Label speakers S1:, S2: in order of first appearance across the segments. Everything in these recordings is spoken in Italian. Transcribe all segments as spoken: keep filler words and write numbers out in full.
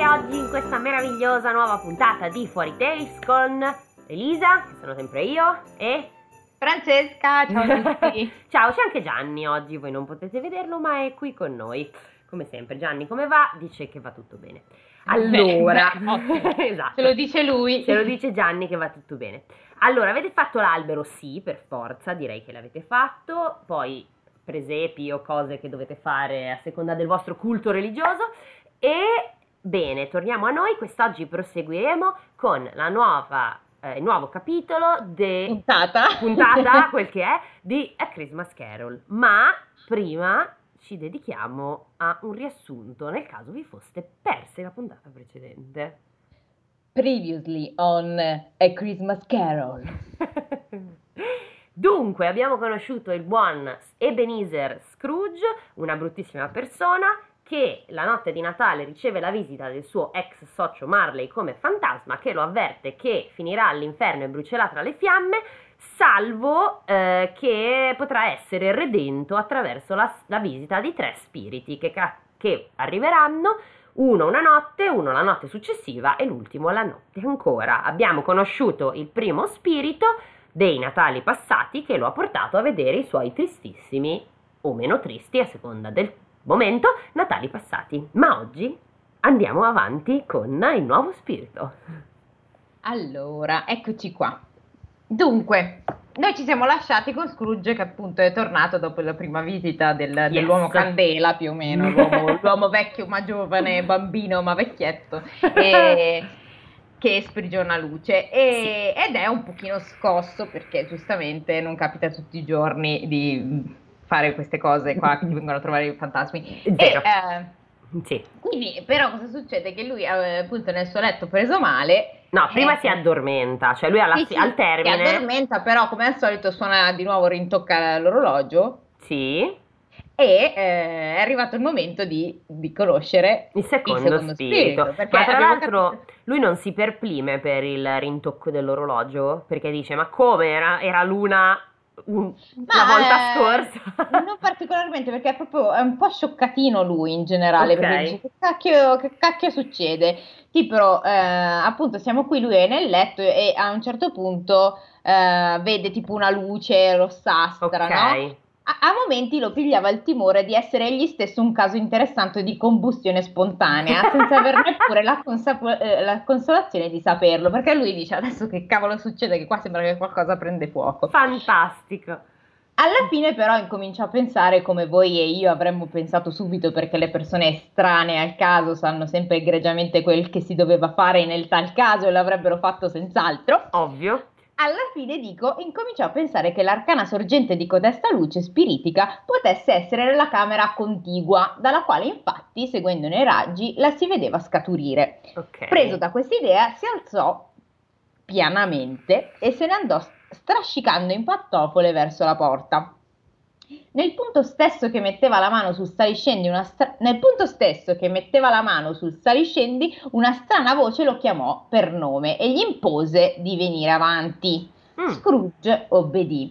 S1: oggi in questa meravigliosa nuova puntata di Fuori Tales con Elisa, che sono sempre io, e
S2: Francesca, ciao a tutti.
S1: Ciao, c'è anche Gianni oggi, voi non potete vederlo ma è qui con noi. Come sempre, Gianni come va? Dice che va tutto bene. Allora,
S2: beh, beh,
S1: esatto.
S2: Ce lo dice lui.
S1: Ce lo dice Gianni che va tutto bene. Allora, avete fatto l'albero? Sì, per forza, direi che l'avete fatto. Poi presepi o cose che dovete fare a seconda del vostro culto religioso. E bene, torniamo a noi. Quest'oggi proseguiremo con la nuova, eh, il nuovo capitolo di
S2: Puntata.
S1: puntata, quel che è, di A Christmas Carol. Ma prima ci dedichiamo a un riassunto nel caso vi foste persi la puntata precedente.
S2: Previously on A Christmas Carol.
S1: Dunque, abbiamo conosciuto il buon Ebenezer Scrooge, una bruttissima persona che la notte di Natale riceve la visita del suo ex socio Marley come fantasma, che lo avverte che finirà all'inferno e brucerà tra le fiamme, salvo eh, che potrà essere redento attraverso la, la visita di tre spiriti che, che arriveranno, uno una notte, uno la notte successiva e l'ultimo la notte ancora. Abbiamo conosciuto il primo spirito dei Natali passati che lo ha portato a vedere i suoi tristissimi, o meno tristi a seconda del momento, Natali passati. Ma oggi andiamo avanti con il nuovo spirito.
S2: Allora, eccoci qua. Dunque, noi ci siamo lasciati con Scrooge che appunto è tornato dopo la prima visita del,
S1: Yes.
S2: dell'uomo candela, più o meno, l'uomo, l'uomo vecchio ma giovane, bambino ma vecchietto, e, che sprigiona luce e,
S1: Sì.
S2: ed è un pochino scosso perché giustamente non capita tutti i giorni di fare queste cose qua che ti vengono a trovare i fantasmi.
S1: Vero.
S2: E, eh,
S1: Sì.
S2: quindi però cosa succede? Che lui eh, appunto nel suo letto preso male.
S1: No, prima
S2: eh,
S1: si addormenta, cioè lui alla
S2: sì,
S1: fi-
S2: sì,
S1: al termine.
S2: si addormenta, però come al solito suona di nuovo, rintocca l'orologio
S1: Sì.
S2: e eh, è arrivato il momento di, di conoscere
S1: Il secondo,
S2: il secondo
S1: spirito.
S2: spirito, perché
S1: Ma tra
S2: abbiamo
S1: l'altro
S2: capito-
S1: lui non si perplime per il rintocco dell'orologio, perché dice: ma come era, era l'una un- la
S2: Ma,
S1: volta
S2: eh,
S1: scorsa?
S2: non particolarmente, perché è proprio è un po' scioccatino lui in generale,
S1: Ok.
S2: perché dice che cacchio, che cacchio succede? Tipo, eh, appunto siamo qui, lui è nel letto e a un certo punto eh, vede tipo una luce rossastra,
S1: Ok.
S2: no? A, a momenti lo pigliava il timore di essere egli stesso un caso interessante di combustione spontanea, senza aver neppure la, consapo- eh, la consolazione di saperlo, perché lui dice adesso che cavolo succede, che qua sembra che qualcosa prende fuoco.
S1: Fantastico.
S2: Alla fine però incomincio a pensare come voi e io avremmo pensato subito, perché le persone estranee al caso sanno sempre egregiamente quel che si doveva fare nel tal caso e l'avrebbero fatto senz'altro.
S1: Ovvio.
S2: Alla fine dico, incomincio a pensare che l'arcana sorgente di codesta luce spiritica potesse essere nella camera contigua, dalla quale infatti, seguendone i raggi, la si vedeva scaturire.
S1: Ok.
S2: Preso da quest'idea, si alzò pianamente e se ne andò strascicando in pantofole verso la porta. Nel punto stesso che metteva la mano sul saliscendi, una stra- nel punto stesso che metteva la mano sul saliscendi, una strana voce lo chiamò per nome e gli impose di venire avanti.
S1: Mm.
S2: Scrooge obbedì.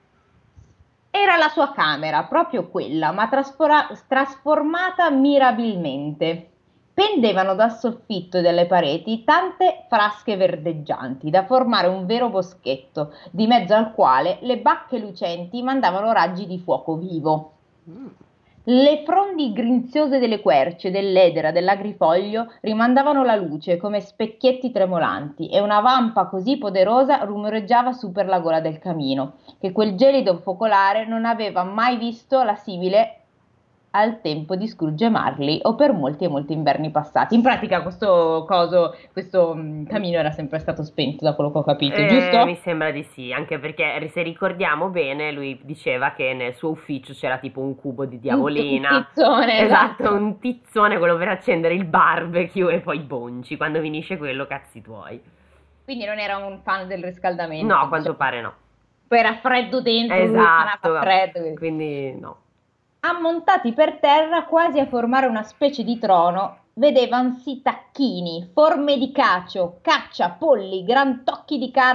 S2: Era la sua camera, proprio quella, ma trasfora- trasformata mirabilmente. Pendevano dal soffitto e dalle pareti tante frasche verdeggianti da formare un vero boschetto, di mezzo al quale le bacche lucenti mandavano raggi di fuoco vivo.
S1: Mm.
S2: Le frondi grinziose delle querce, dell'edera, dell'agrifoglio rimandavano la luce come specchietti tremolanti e una vampa così poderosa rumoreggiava su per la gola del camino, che quel gelido focolare non aveva mai visto la simile al tempo di Scrooge e Marley o per molti e molti inverni passati. In pratica questo coso, questo mh, camino era sempre stato spento, da quello che ho capito,
S1: Eh,
S2: giusto?
S1: mi sembra di sì, anche perché se ricordiamo bene, lui diceva che nel suo ufficio c'era tipo un cubo di
S2: Un,
S1: diavolina.
S2: un tizzone,
S1: Esatto,
S2: esatto.
S1: un tizzone, quello per accendere il barbecue e poi i bonci. Quando finisce quello, cazzi tuoi.
S2: Quindi non era un fan del riscaldamento,
S1: No, a quanto
S2: diciamo.
S1: pare no.
S2: Poi era freddo dentro, lui
S1: Esatto,
S2: fa freddo. quindi-
S1: quindi no.
S2: Ammontati per terra quasi a formare una specie di trono, vedevansi tacchini, forme di cacio, caccia, polli, gran tocchi di carne ri-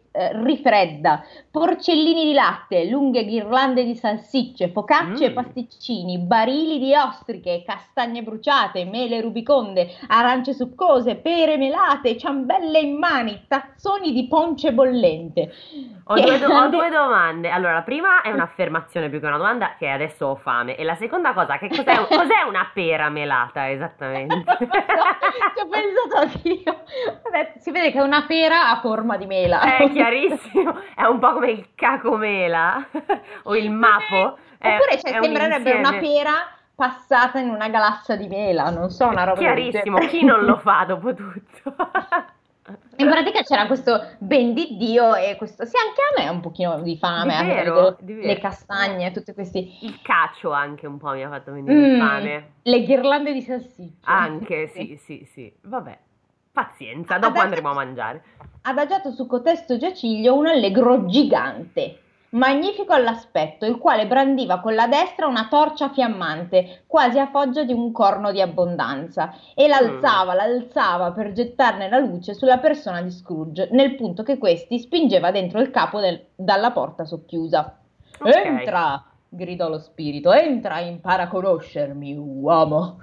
S2: eh, rifredda, porcellini di latte, lunghe ghirlande di salsicce, focacce e
S1: Mm.
S2: pasticcini, barili di ostriche, castagne bruciate, mele rubiconde, arance succose, pere melate, ciambelle in mani, tazzoni di ponce bollente.
S1: Ho
S2: Che
S1: due, do- ho
S2: ade-
S1: due domande. Allora, la prima è un'affermazione più che una domanda, che adesso ho fame. E la seconda cosa, che cos'è, cos'è una pera melata esattamente?
S2: Ci ho pensato anch'io. Vabbè, si vede che è una pera a forma di mela.
S1: È chiarissimo, è un po' come il cacomela o il mapo. È,
S2: Oppure cioè,
S1: è un
S2: sembrerebbe una
S1: insieme.
S2: pera passata in una galassa di mela, non so, una roba del
S1: Chiarissimo,
S2: genere.
S1: chi non lo fa dopo tutto?
S2: In pratica c'era questo ben di Dio e questo, sì, anche a me un pochino di
S1: Di
S2: fame a
S1: vero,
S2: vedere
S1: di
S2: le
S1: vero.
S2: castagne, tutti questi,
S1: Il cacio anche un po' mi ha fatto venire
S2: Mm,
S1: fame.
S2: le ghirlande di salsicce.
S1: Anche,
S2: Sì.
S1: sì, sì, sì. Vabbè, pazienza,
S2: Ad
S1: dopo andremo a
S2: adagiato,
S1: mangiare.
S2: adagiato su cotesto giaciglio un allegro gigante, magnifico all'aspetto, il quale brandiva con la destra una torcia fiammante, quasi a foggia di un corno di abbondanza, e
S1: Mm.
S2: l'alzava, l'alzava per gettarne la luce sulla persona di Scrooge, nel punto che questi spingeva dentro il capo del- dalla porta socchiusa.
S1: Ok.
S2: Entra! Gridò lo spirito, entra e impara a conoscermi, uomo.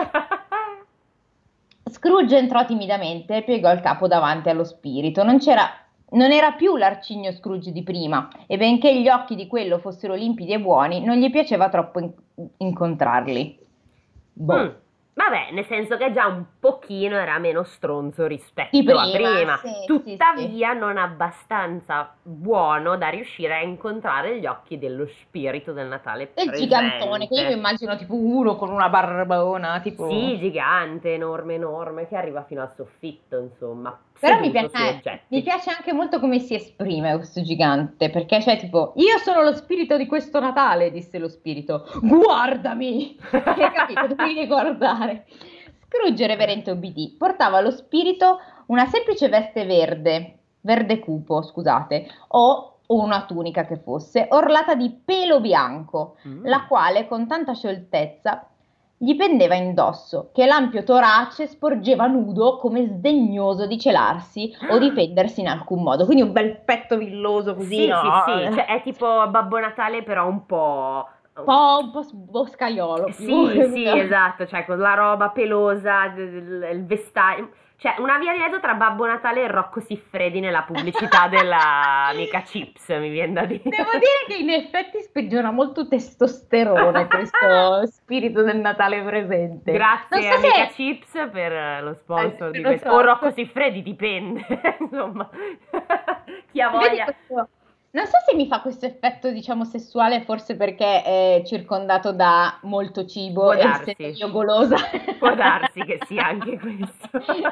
S2: Scrooge entrò timidamente e piegò il capo davanti allo spirito. Non c'era, non era più l'arcigno Scrooge di prima, e benché gli occhi di quello fossero limpidi e buoni, non gli piaceva troppo in- incontrarli.
S1: Mm.
S2: Boh.
S1: Vabbè, nel senso che già un pochino era meno stronzo
S2: Di
S1: rispetto a
S2: prima,
S1: prima,
S2: sì, sì, sì.
S1: tuttavia non abbastanza buono da riuscire a incontrare gli occhi dello spirito del Natale
S2: Del gigantone, che io mi
S1: presente.
S2: immagino tipo uno con una barbona, tipo.
S1: Sì, gigante, enorme, enorme, che arriva fino al soffitto, insomma,
S2: Però mi
S1: seduto
S2: piace,
S1: su
S2: eh, mi
S1: oggetti.
S2: piace anche molto come si esprime questo gigante, perché c'è tipo, io sono lo spirito di questo Natale, disse lo spirito, guardami! Hai capito? Devi guardare. Scrooge, reverente obbedì, portava allo spirito una semplice veste verde, verde cupo, scusate, o una tunica che fosse, orlata di pelo bianco, la
S1: Mm.
S2: quale con tanta scioltezza gli pendeva indosso, che l'ampio torace sporgeva nudo come sdegnoso di celarsi o difendersi in alcun modo. Quindi un bel petto villoso così,
S1: Sì,
S2: no?
S1: sì, sì, cioè
S2: Un
S1: è tipo Babbo Natale però un po'.
S2: po', un po' boscaiolo più.
S1: Sì, sì, esatto, cioè con la roba pelosa, d- d- il vestaglio, cioè una via di mezzo tra Babbo Natale e Rocco Siffredi nella pubblicità della Amica Chips, mi viene da dire.
S2: Devo dire che in effetti sprigiona molto testosterone questo spirito del Natale presente. Non
S1: Grazie
S2: so
S1: Amica
S2: se.
S1: Chips per eh, lo
S2: Eh,
S1: sponsor di
S2: lo
S1: questo, o
S2: so.
S1: Rocco Siffredi, dipende, insomma, chi ha
S2: Vedi
S1: voglia.
S2: questo? Non so se mi fa questo effetto, diciamo, sessuale, forse perché è circondato da molto cibo
S1: Può
S2: e essendo
S1: darsi,
S2: io golosa.
S1: può darsi che sia anche questo.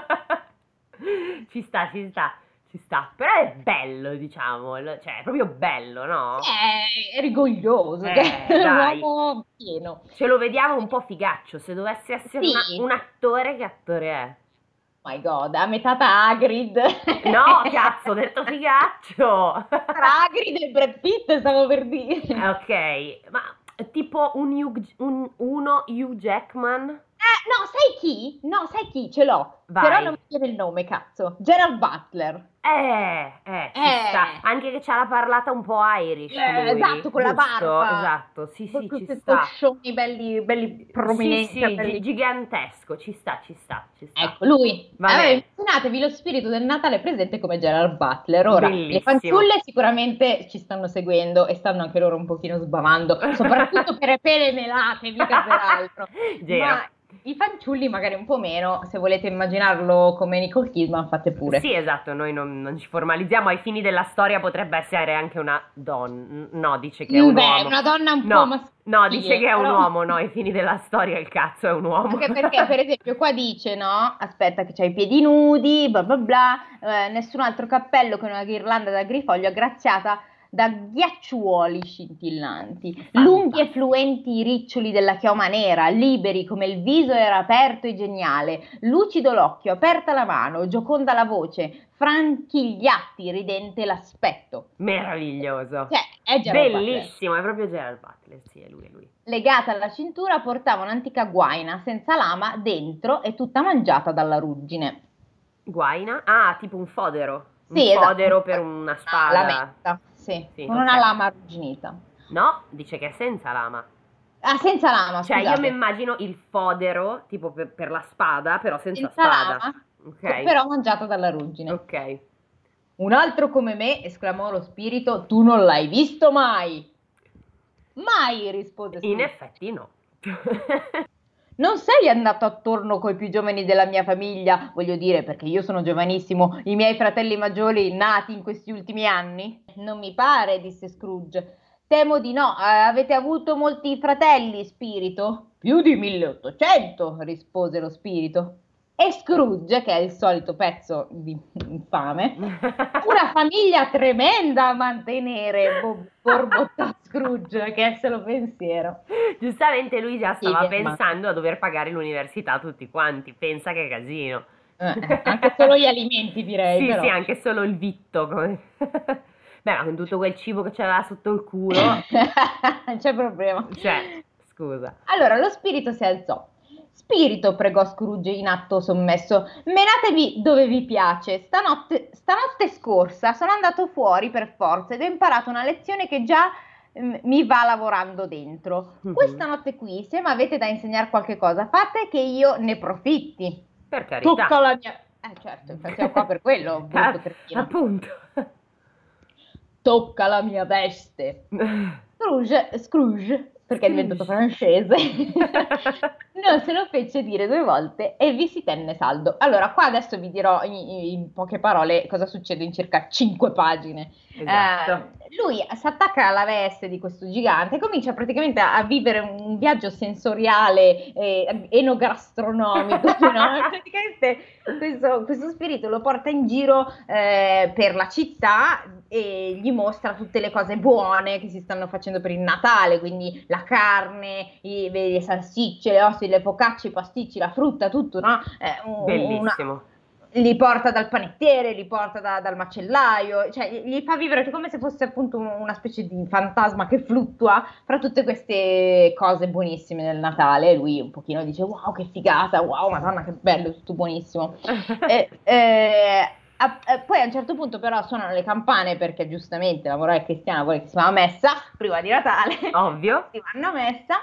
S1: Ci sta, ci sta, ci sta. Però è bello, diciamo, lo- cioè è proprio bello, no?
S2: È rigoglioso, che
S1: Eh,
S2: è un
S1: dai,
S2: uomo pieno.
S1: ce lo vediamo un po' figaccio. Se dovesse essere una-
S2: Sì,
S1: un attore, che attore è?
S2: my God, a metà tra Hagrid.
S1: No, cazzo, ho detto figaccio.
S2: Tra Hagrid e Brad Pitt, stavo per dire.
S1: Ok, ma tipo un, Hugh- un- uno Hugh Jackman?
S2: Eh, no, sai chi? No, sai chi? Ce l'ho. Però non
S1: Vai.
S2: mi viene il nome, cazzo. Gerald Butler.
S1: Eh, eh, ci sta.
S2: Eh,
S1: Anche che c'ha la parlata un po' Irish
S2: eh, esatto,
S1: lui,
S2: con la
S1: giusto?
S2: barba.
S1: Esatto, sì,
S2: Con
S1: sì, ci
S2: questi
S1: sta.
S2: coscioni belli, belli
S1: Sì,
S2: prominenti,
S1: sì, gi-
S2: belli.
S1: gigantesco, ci sta, ci sta, ci sta.
S2: Ecco, lui.
S1: Va
S2: Allora,
S1: bene,
S2: immaginatevi lo spirito del Natale presente come Gerald Butler. Ora, le
S1: bellissimo.
S2: fanciulle sicuramente ci stanno seguendo e stanno anche loro un pochino sbavando, soprattutto per le pele melate, mica per altro.
S1: Gero.
S2: Ma i fanciulli magari un po' meno, se volete immaginarlo come Nicole Kidman, fate pure.
S1: Sì, esatto, noi non, non ci formalizziamo, ai fini della storia potrebbe essere anche una donna, no, dice che è un
S2: Beh,
S1: uomo.
S2: una donna un po'
S1: No,
S2: maschile,
S1: no, dice che è un
S2: però.
S1: uomo, no, ai fini della storia il cazzo è un uomo.
S2: Anche perché, per esempio, qua dice, no? Aspetta, che c'hai i piedi nudi, bla bla bla, eh, nessun altro cappello che una ghirlanda d'agrifoglio aggraziata da ghiacciuoli scintillanti, lunghi e
S1: Fantastico.
S2: fluenti i riccioli della chioma nera, liberi come il viso era aperto e geniale, lucido l'occhio, aperta la mano, gioconda la voce, franchi gli atti, ridente l'aspetto.
S1: Meraviglioso.
S2: Cioè, è Gerald Butler.
S1: Bellissimo, è proprio Gerald Butler, sì, è lui, è lui.
S2: Legata alla cintura portava un'antica guaina senza lama dentro e tutta mangiata dalla ruggine.
S1: Guaina? Ah, tipo un fodero. Un
S2: Sì, esatto,
S1: fodero per una
S2: una
S1: spada.
S2: lametta, sì,
S1: Sì,
S2: con
S1: ok.
S2: una lama arrugginita.
S1: No, dice che è senza lama.
S2: Ah, senza lama,
S1: Cioè, io mi
S2: scusate.
S1: immagino il fodero, tipo per, per la spada, però senza
S2: Senza
S1: spada.
S2: lama, co-
S1: Ok,
S2: però mangiata dalla ruggine.
S1: ok.
S2: Un altro come me, esclamò lo spirito, tu non l'hai visto mai. Mai, rispose
S1: In
S2: Scrooge.
S1: effetti no.
S2: Non sei andato attorno coi più giovani della mia famiglia, voglio dire, perché io sono giovanissimo, i miei fratelli maggiori nati in questi ultimi anni? Non mi pare, disse Scrooge. Temo di no. Eh, avete avuto molti fratelli, spirito? Più di milleottocento, rispose lo spirito. E Scrooge, che è il solito pezzo di infame, una famiglia tremenda a mantenere, bo- borbottò Scrooge, che è solo pensiero.
S1: Giustamente lui già
S2: Sì,
S1: stava
S2: ma
S1: pensando a dover pagare l'università a tutti quanti. Pensa che casino.
S2: eh, eh, anche solo gli alimenti, direi,
S1: Sì, sì,
S2: però.
S1: anche solo il vitto. come- Beh, ma con tutto quel cibo che c'aveva sotto il culo.
S2: Non c'è problema.
S1: Cioè, scusa.
S2: Allora, lo spirito si alzò. Spirito, pregò Scrooge in atto sommesso, menatevi dove vi piace. Stanotte, stanotte scorsa sono andato fuori per forza ed ho imparato una lezione che già mm, mi va lavorando dentro.
S1: Mhm.
S2: Questa notte qui, se mi avete da insegnare qualche cosa, fate che io ne profitti.
S1: Per
S2: Tocca
S1: carità.
S2: la mia... Eh certo, infatti siamo qua per quello, brutto
S1: Ah,
S2: cretino.
S1: appunto.
S2: Tocca la mia veste. Scrooge, Scrooge, perché è diventato
S1: Scrooge.
S2: francese, non se lo fece dire due volte e vi si tenne saldo. Allora, qua adesso vi dirò in, in poche parole cosa succede in circa cinque pagine.
S1: Esatto.
S2: Eh, lui si attacca alla veste di questo gigante e comincia praticamente a, a vivere un viaggio sensoriale, eh, enogastronomico, no? Praticamente questo, questo spirito lo porta in giro eh, per la città e gli mostra tutte le cose buone che si stanno facendo per il Natale, quindi la carne, i- le salsicce, le ossa, le focacce, i pasticci, la frutta, tutto, no? Eh, un- una-
S1: Bellissimo.
S2: li porta dal panettiere, li porta da- dal macellaio, cioè gli gli fa vivere come se fosse appunto un- una specie di fantasma che fluttua fra tutte queste cose buonissime del Natale. E lui un pochino dice: Wow, che figata! Wow, Madonna, che bello, tutto buonissimo. E, eh, a- eh, poi a un certo punto però suonano le campane perché giustamente la morale cristiana vuole che si va a messa prima di Natale,
S1: Ovvio.
S2: si vanno a messa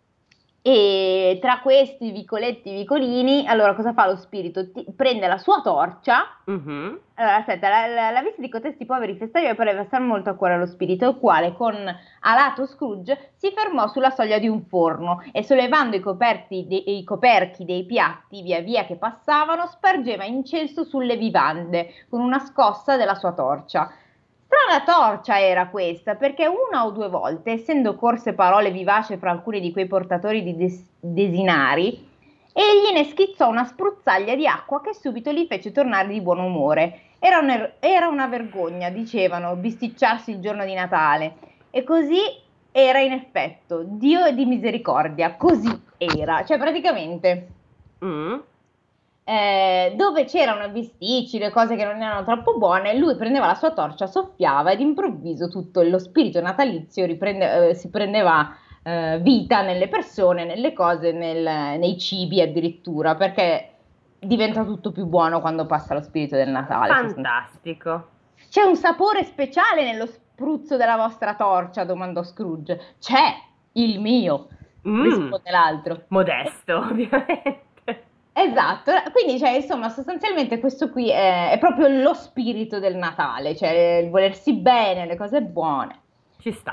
S2: e tra questi vicoletti vicolini, allora cosa fa lo spirito? Ti- prende la sua torcia.
S1: Mhm.
S2: Allora, aspetta, la, la, la vista di cotesti poveri festaioli pareva star molto a cuore allo spirito, il quale, con alato Scrooge, si fermò sulla soglia di un forno e, sollevando i, coperti de- i coperchi dei piatti via via che passavano, spargeva incenso sulle vivande con una scossa della sua torcia. Strana torcia era questa, perché una o due volte, essendo corse parole vivaci fra alcuni di quei portatori di des- desinari, egli ne schizzò una spruzzaglia di acqua che subito li fece tornare di buon umore. Era, un er- era una vergogna, dicevano, bisticciarsi il giorno di Natale. E così era in effetto. Dio è di misericordia, così era. Cioè, praticamente,
S1: Mm.
S2: eh, dove c'erano bisticci, le cose che non erano troppo buone, lui prendeva la sua torcia, soffiava ed improvviso tutto lo spirito natalizio riprende- eh, si prendeva eh, vita nelle persone, nelle cose, nel- nei cibi addirittura, perché diventa tutto più buono quando passa lo spirito del Natale. sostanzialmente.
S1: Fantastico.
S2: C'è un sapore speciale nello spruzzo della vostra torcia? Domandò Scrooge. C'è, il mio,
S1: Mm.
S2: risponde l'altro.
S1: Modesto, ovviamente.
S2: Esatto, quindi cioè, insomma sostanzialmente questo qui è, è proprio lo spirito del Natale, cioè il volersi bene, le cose buone.
S1: Ci sta.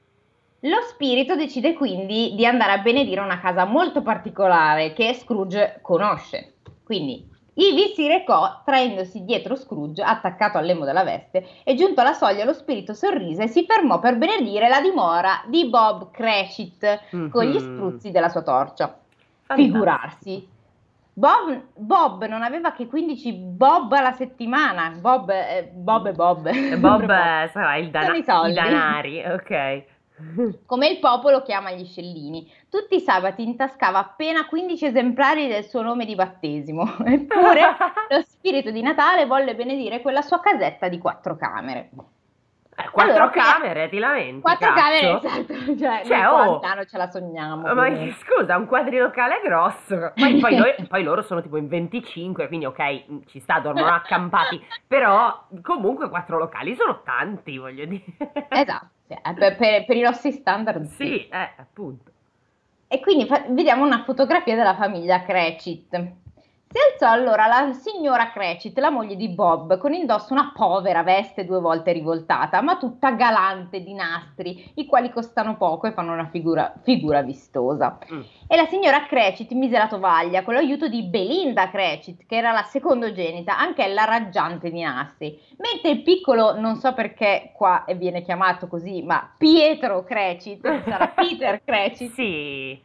S2: Lo spirito decide quindi di andare a benedire una casa molto particolare che Scrooge conosce. Quindi ivi si recò traendosi dietro Scrooge attaccato al lembo della veste e giunto alla soglia lo spirito sorrise e si fermò per benedire la dimora di Bob Cratchit con gli
S1: Mhm.
S2: spruzzi della sua torcia.
S1: Fantastico.
S2: Figurarsi. Bob, Bob non aveva che quindici bob alla settimana. Bob, eh, Bob e Bob.
S1: E
S2: Sempre
S1: Bob,
S2: Bob.
S1: eh, sarà il
S2: Sono
S1: dana-
S2: i
S1: i
S2: soldi.
S1: danari, ok.
S2: Come il popolo chiama gli scellini. Tutti i sabati intascava appena quindici esemplari del suo nome di battesimo. Eppure lo spirito di Natale volle benedire quella sua casetta di quattro camere.
S1: Eh, quattro
S2: Allora,
S1: camere, ti lamenti,
S2: Quattro
S1: cazzo?
S2: camere, esatto, cioè,
S1: Cioè,
S2: noi
S1: oh,
S2: qua a Milano ce la sogniamo.
S1: ma
S2: quindi.
S1: scusa, un quadrilocale grosso. Poi, poi, noi- poi loro sono tipo in venticinque, quindi ok, mm, ci sta, dormono accampati, però comunque quattro locali sono tanti, voglio dire.
S2: Esatto, sì, eh, per, per- per i nostri standard sì.
S1: Sì, eh, appunto.
S2: E quindi fa- vediamo una fotografia della famiglia Cratchit. Si alzò allora la signora Cratchit, la moglie di Bob, con indosso una povera veste due volte rivoltata, ma tutta galante di nastri, i quali costano poco e fanno una figura, figura vistosa.
S1: Mm.
S2: E la signora Cratchit mise la tovaglia con l'aiuto di Belinda Cratchit, che era la secondogenita, anch'ella raggiante di nastri. Mentre il piccolo, non so perché qua viene chiamato così, ma Pietro Cratchit, che sarà Peter Cratchit,
S1: Sì.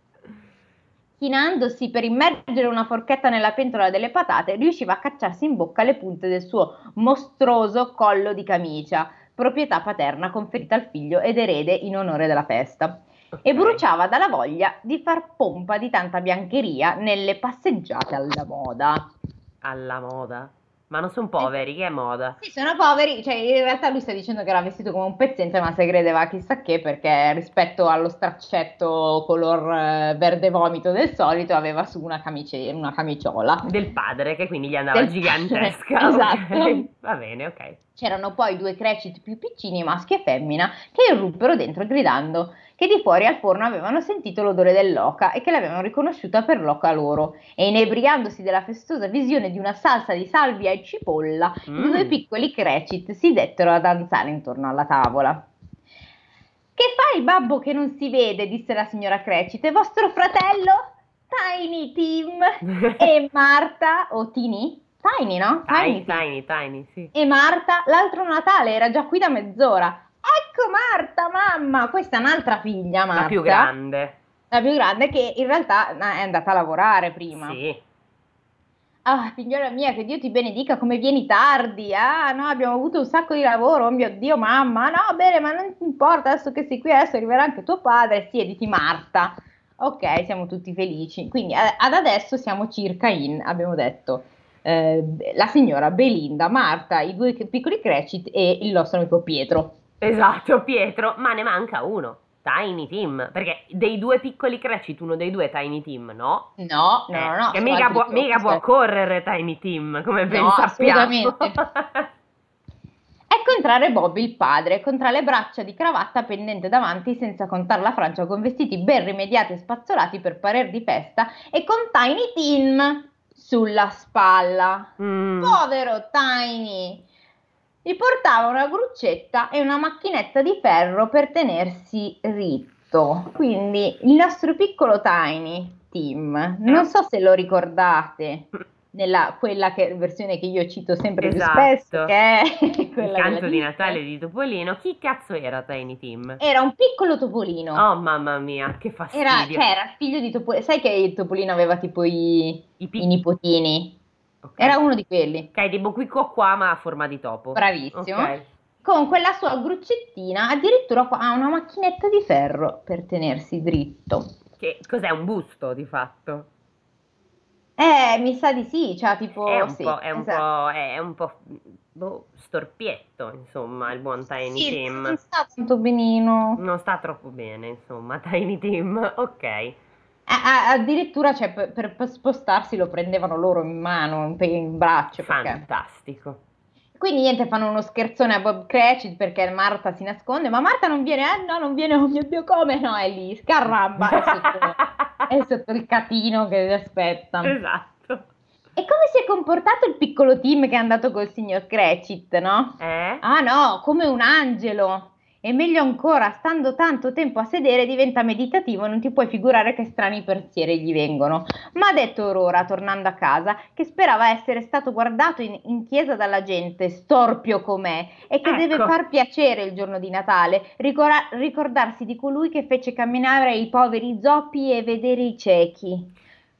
S2: chinandosi per immergere una forchetta nella pentola delle patate, riusciva a cacciarsi in bocca le punte del suo mostruoso collo di camicia, proprietà paterna conferita al figlio ed erede in onore della festa. E
S1: Ok.
S2: bruciava dalla voglia di far pompa di tanta biancheria nelle passeggiate alla moda.
S1: Alla moda. Ma non sono poveri, che è moda?
S2: Sì, sono poveri, cioè in realtà lui sta dicendo che era vestito come un pezzente, ma se credeva chissà che, perché rispetto allo straccetto color eh, verde vomito del solito aveva su una, camice- una camiciola.
S1: Del padre, che quindi gli andava
S2: Del
S1: gigantesca.
S2: padre,
S1: Ok.
S2: esatto.
S1: Va bene, ok.
S2: C'erano poi due Cratchit più piccini, maschio e femmina, che irruppero dentro gridando che di fuori al forno avevano sentito l'odore dell'oca e che l'avevano riconosciuta per l'oca loro. E inebriandosi della festosa visione di una salsa di salvia e cipolla, i due
S1: Mm.
S2: piccoli Cratchit si dettero a danzare intorno alla tavola. Che fa il babbo che non si vede? Disse la signora Cratchit. È vostro fratello? Tiny Tim e Marta, o Tini? Tiny, no?
S1: Tiny,
S2: Tim.
S1: tiny, tiny, sì.
S2: E Marta, l'altro Natale, era già qui da mezz'ora. Ecco Marta, mamma, questa è un'altra figlia, Marta.
S1: La più grande.
S2: La più grande che in realtà è andata a lavorare prima.
S1: Sì.
S2: Ah, figliola mia, che Dio ti benedica, come vieni tardi. Ah, no, abbiamo avuto un sacco di lavoro, oh mio Dio, mamma. No, bene, ma non importa, adesso che sei qui, adesso arriverà anche tuo padre. Siediti, Marta. Ok, siamo tutti felici. Quindi a- ad adesso siamo circa in, abbiamo detto, eh, la signora Belinda, Marta, i due piccoli Cratchit e il nostro amico Pietro.
S1: Esatto, Pietro, ma ne manca uno. Tiny Tim, perché dei due piccoli Cratchit, uno dei due è Tiny Tim, no?
S2: No, no,
S1: Eh,
S2: no, no.
S1: che
S2: sono
S1: mica,
S2: altri
S1: può,
S2: due,
S1: mica può
S2: cioè.
S1: correre Tiny Tim, come ben
S2: No,
S1: sappiamo.
S2: assolutamente. Ecco entrare Bobby il padre, con tra le braccia di cravatta pendente davanti, senza contar la Francia, con vestiti ben rimediati e spazzolati per parer di festa, e con Tiny Tim sulla spalla.
S1: Mm.
S2: Povero Tiny! Gli portava una gruccetta e una macchinetta di ferro per tenersi ritto. Quindi il nostro piccolo Tiny Tim, non so se lo ricordate, nella quella che, versione che io cito sempre più spesso,
S1: Esatto.
S2: che è
S1: Il
S2: quella
S1: canto
S2: della
S1: di
S2: Disney.
S1: Natale di Topolino. Chi cazzo era Tiny Tim?
S2: Era un piccolo topolino.
S1: Oh mamma mia, che
S2: Era,
S1: fastidio.
S2: cioè, era il figlio di Topolino. Sai che il Topolino aveva tipo i,
S1: I
S2: i
S1: pic-
S2: nipotini?
S1: Ok.
S2: Era uno di quelli.
S1: Ok, tipo qui qua qua, ma a forma di topo.
S2: Bravissimo.
S1: Ok.
S2: Con quella sua gruccettina, addirittura qua ha una macchinetta di ferro per tenersi dritto.
S1: Che cos'è, un busto di fatto?
S2: Eh, mi sa di sì, cioè tipo
S1: È un
S2: sì,
S1: po', è un
S2: esatto.
S1: po', è un po' boh, storpietto, insomma, il buon Tiny
S2: Sì,
S1: Tim.
S2: non sta tanto benino.
S1: Non sta troppo bene, insomma, Tiny Tim. Ok.
S2: A- a- addirittura, cioè, per, per- per spostarsi lo prendevano loro in mano, in, in braccio, perché...
S1: Fantastico.
S2: Quindi niente, fanno uno scherzone a Bob Cratchit perché Marta si nasconde, ma Marta non viene, eh no, non viene, oh mio Dio, come? No, è lì, scarramba, è sotto, è sotto il catino che vi aspetta.
S1: Esatto.
S2: E come si è comportato il piccolo Tim che è andato col signor Cratchit, no?
S1: Eh?
S2: Ah no, come un angelo. E meglio ancora, stando tanto tempo a sedere diventa meditativo, non ti puoi figurare che strani pensieri gli vengono. Ma ha detto Aurora, tornando a casa, che sperava essere stato guardato in, in chiesa dalla gente, storpio com'è, e che deve
S1: Ecco.
S2: far piacere il giorno di Natale, ricora- ricordarsi di colui che fece camminare i poveri zoppi e vedere i ciechi.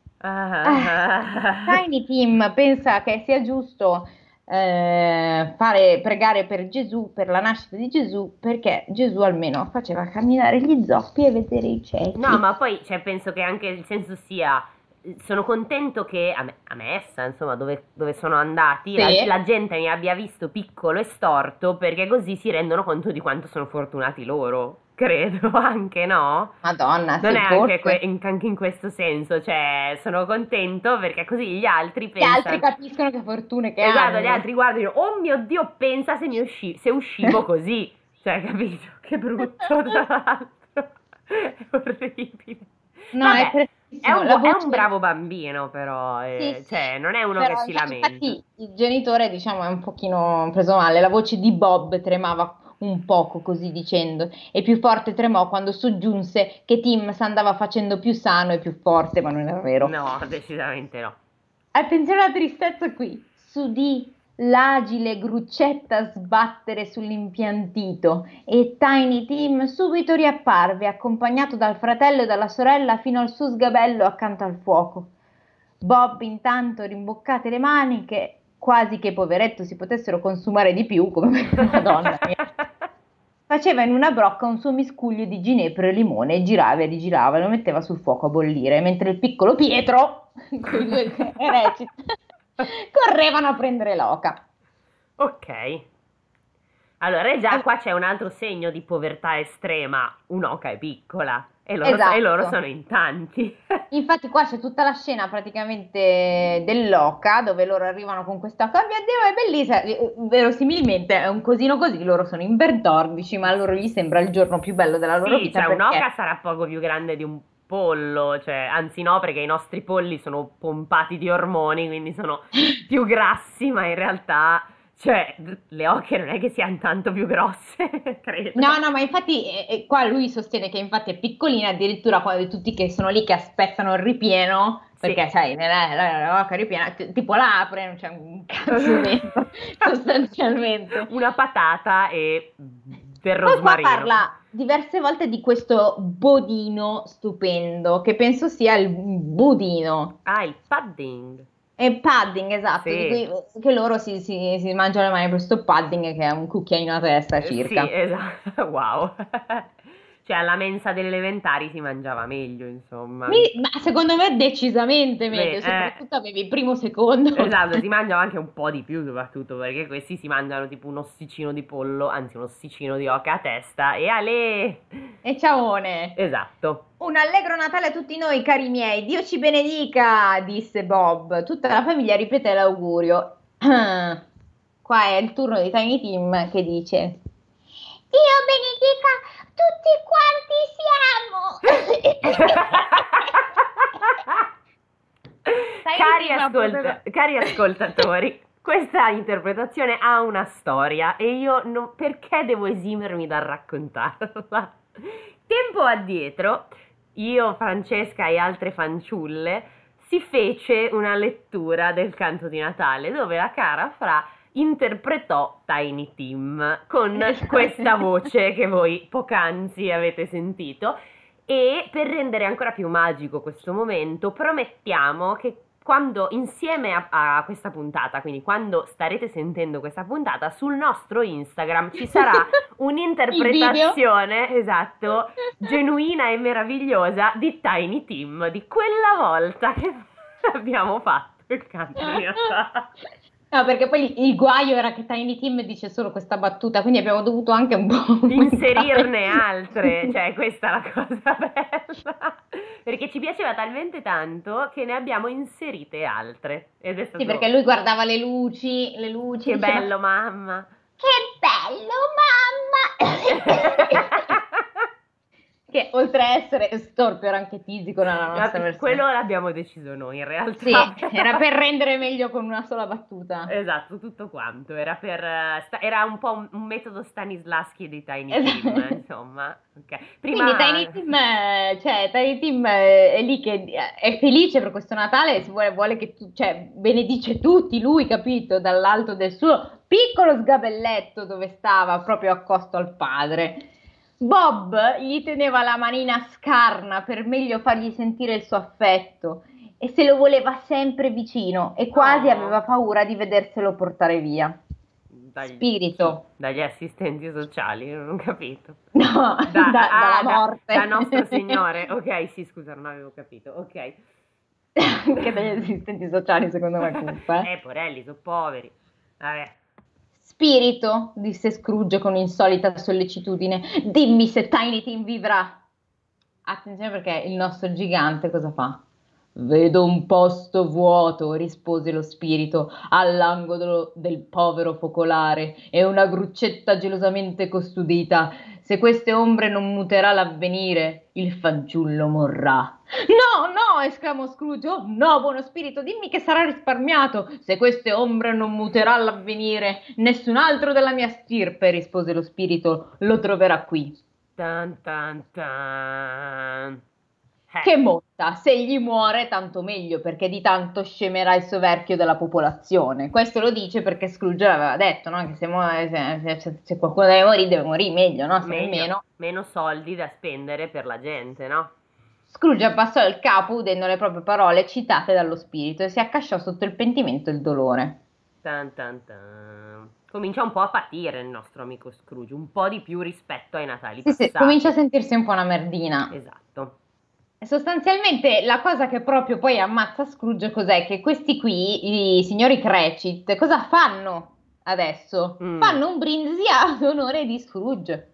S2: Ah, Tiny Tim pensa che sia giusto eh, fare, pregare per Gesù, per la nascita di Gesù, perché Gesù almeno faceva camminare gli zoppi e vedere i ciechi.
S1: No, ma poi cioè, penso che anche il senso sia sono contento che a, me, a Messa, insomma, dove, dove sono andati,
S2: Sì.
S1: la, la gente mi abbia visto piccolo e storto, perché così si rendono conto di quanto sono fortunati loro. Credo anche, no?
S2: Madonna,
S1: Non
S2: sì,
S1: è anche, que-
S2: forse.
S1: in- anche in questo senso, cioè sono contento perché così gli altri
S2: Gli altri
S1: pensano.
S2: capiscono che fortune che
S1: Esatto, gli
S2: hanno.
S1: altri guardano e dicono, oh mio Dio, pensa se, mi usci- se uscivo così. Cioè, capito? Che brutto, tra l'altro. È orribile.
S2: No, è
S1: Vabbè, è
S2: tristissimo.
S1: un,
S2: La
S1: bu- è un
S2: voce.
S1: bravo bambino, però,
S2: Sì,
S1: eh,
S2: sì,
S1: cioè, non è uno che
S2: però
S1: si
S2: infa-
S1: lamenta.
S2: infatti il genitore, diciamo, è un pochino preso male. La voce di Bob tremava un poco così dicendo, e più forte tremò quando soggiunse che Tim s'andava facendo più sano e più forte, ma non era vero.
S1: No, decisamente no.
S2: Attenzione alla tristezza qui. S'udì l'agile gruccetta sbattere sull'impiantito e Tiny Tim subito riapparve, accompagnato dal fratello e dalla sorella fino al suo sgabello accanto al fuoco. Bob intanto rimboccate le maniche, quasi che poveretto si potessero consumare di più, come Madonna mia. Faceva in una brocca un suo miscuglio di ginepro e limone e girava e rigirava e lo metteva sul fuoco a bollire, mentre il piccolo Pietro, con i due reciti, correvano a prendere l'oca.
S1: Ok. Allora, già
S2: Eh,
S1: qua c'è un altro segno di povertà estrema. Un'oca è piccola e loro, e loro
S2: Esatto.
S1: sono in tanti.
S2: Infatti qua c'è tutta la scena praticamente dell'oca dove loro arrivano con quest'oca. Oh mio Dio, è bellissima! Eh, Verosimilmente è un cosino così, loro sono in ventordici, ma a loro gli sembra il giorno più bello della loro
S1: Sì,
S2: vita
S1: cioè un'oca
S2: perché
S1: sarà poco più grande di un pollo, cioè, anzi no, perché i nostri polli sono pompati di ormoni, quindi sono più grassi, ma in realtà, cioè, le oche non è che siano tanto più grosse,
S2: no,
S1: credo.
S2: no, ma infatti eh, eh, qua lui sostiene che infatti è piccolina, addirittura quando tutti che sono lì che aspettano il ripieno,
S1: Sì.
S2: perché sai, nella la, la vacca ripiena, t- tipo la apre, non c'è un cazzo dentro, sostanzialmente.
S1: Una patata e del
S2: Poi qua
S1: rosmarino.
S2: parla diverse volte di questo bodino stupendo, che penso sia il budino.
S1: Ah, il pudding.
S2: E padding, esatto, di
S1: Sì.
S2: cui che loro si, si, si mangiano le mani per questo padding che è un cucchiaino a testa
S1: Eh, sì,
S2: circa.
S1: esatto. Wow. Cioè, alla mensa delle elementari si mangiava meglio, insomma.
S2: Mi- ma secondo me decisamente
S1: Beh,
S2: meglio,
S1: eh,
S2: soprattutto avevi il primo secondo.
S1: esatto, si mangiava anche un po' di più, soprattutto perché questi si mangiano tipo un ossicino di pollo, anzi un ossicino di oca a testa e ale!
S2: E ciaone!
S1: Esatto.
S2: Un allegro Natale a tutti noi, cari miei. Dio ci benedica, disse Bob. Tutta la famiglia ripeté l'augurio. Qua è il turno di Tiny Tim che dice: Dio benedica tutti quanti siamo. Tiny
S1: Cari,
S2: Tim ha
S1: ascolta-
S2: proprio-
S1: cari ascoltatori, questa interpretazione ha una storia e io non- perché devo esimermi dal raccontarla? Tempo addietro, io, Francesca e altre fanciulle si fece una lettura del canto di Natale dove la cara Fra interpretò Tiny Tim con questa voce che voi poc'anzi avete sentito. E per rendere ancora più magico questo momento, promettiamo che quando insieme a, a questa puntata, quindi quando starete sentendo questa puntata, sul nostro Instagram ci sarà
S2: Il video.
S1: un'interpretazione, esatto, genuina e meravigliosa di Tiny Tim, di quella volta che abbiamo fatto il canto di Natale.
S2: No, perché poi il, il guaio era che Tiny Tim dice solo questa battuta, quindi abbiamo dovuto anche un po'
S1: Inserirne
S2: aumentare.
S1: altre, cioè questa è la cosa bella, perché ci piaceva talmente tanto che ne abbiamo inserite altre ed è
S2: Sì,
S1: stato
S2: perché lui guardava le luci, le luci,
S1: che
S2: diceva,
S1: bello mamma.
S2: che bello, mamma! Che oltre a essere storpio era anche tisico nella nostra
S1: No,
S2: versione.
S1: quello l'abbiamo deciso noi in realtà.
S2: Sì, era per rendere meglio con una sola battuta.
S1: Esatto, tutto quanto, era per eh, sta- era un po' un, un metodo Stanislaschi di Tiny
S2: Esatto.
S1: Tim, insomma. Ok. Prima
S2: Quindi Tiny Tim, eh, cioè, Tiny Tim eh, è lì che è felice per questo Natale e si vuole, vuole che tu, cioè, benedice tutti, lui, capito, dall'alto del suo piccolo sgabelletto dove stava proprio accosto al padre. Bob gli teneva la manina scarna per meglio fargli sentire il suo affetto e se lo voleva sempre vicino e quasi
S1: Oh.
S2: aveva paura di vederselo portare via.
S1: dagli,
S2: Spirito.
S1: dagli assistenti sociali, non ho capito.
S2: No,
S1: Da-
S2: da-
S1: ah,
S2: dalla
S1: da-
S2: morte.
S1: da nostro Signore. Ok, sì, scusa, non avevo capito. Ok.
S2: Anche degli assistenti sociali, secondo me, comunque.
S1: Eh, porelli, sono poveri. Vabbè.
S2: Spirito, disse Scrooge con insolita sollecitudine, dimmi se Tiny Tim vivrà. Attenzione perché il nostro gigante cosa fa? Vedo un posto vuoto, rispose lo spirito, all'angolo del povero focolare e una gruccetta gelosamente custodita. Se queste ombre non muterà l'avvenire, il fanciullo morrà. No, no, esclamò Scrooge. Oh, no, buono spirito, dimmi che sarà risparmiato. Se queste ombre non muterà l'avvenire, nessun altro della mia stirpe, rispose lo spirito, lo troverà qui.
S1: Tan tan tan. Eh.
S2: Che motta, se egli muore tanto meglio, perché di tanto scemerà il soverchio della popolazione. Questo lo dice perché Scrooge aveva detto, no? Che se, muore, se, se, se qualcuno deve morire, deve morire meglio, no? Se
S1: Meglio,
S2: meno.
S1: meno soldi da spendere per la gente, no?
S2: Scrooge abbassò il capo udendo le proprie parole citate dallo spirito e si accasciò sotto il pentimento e il dolore.
S1: Tan tan tan. Comincia un po' a patire il nostro amico Scrooge, un po' di più rispetto ai Natali
S2: Sì,
S1: passati.
S2: sì, comincia a sentirsi un po' una merdina.
S1: Esatto.
S2: E sostanzialmente la cosa che proprio poi ammazza Scrooge cos'è? Che questi qui, i signori Cratchit, cosa fanno adesso?
S1: Mm.
S2: Fanno un brindisi ad onore di Scrooge.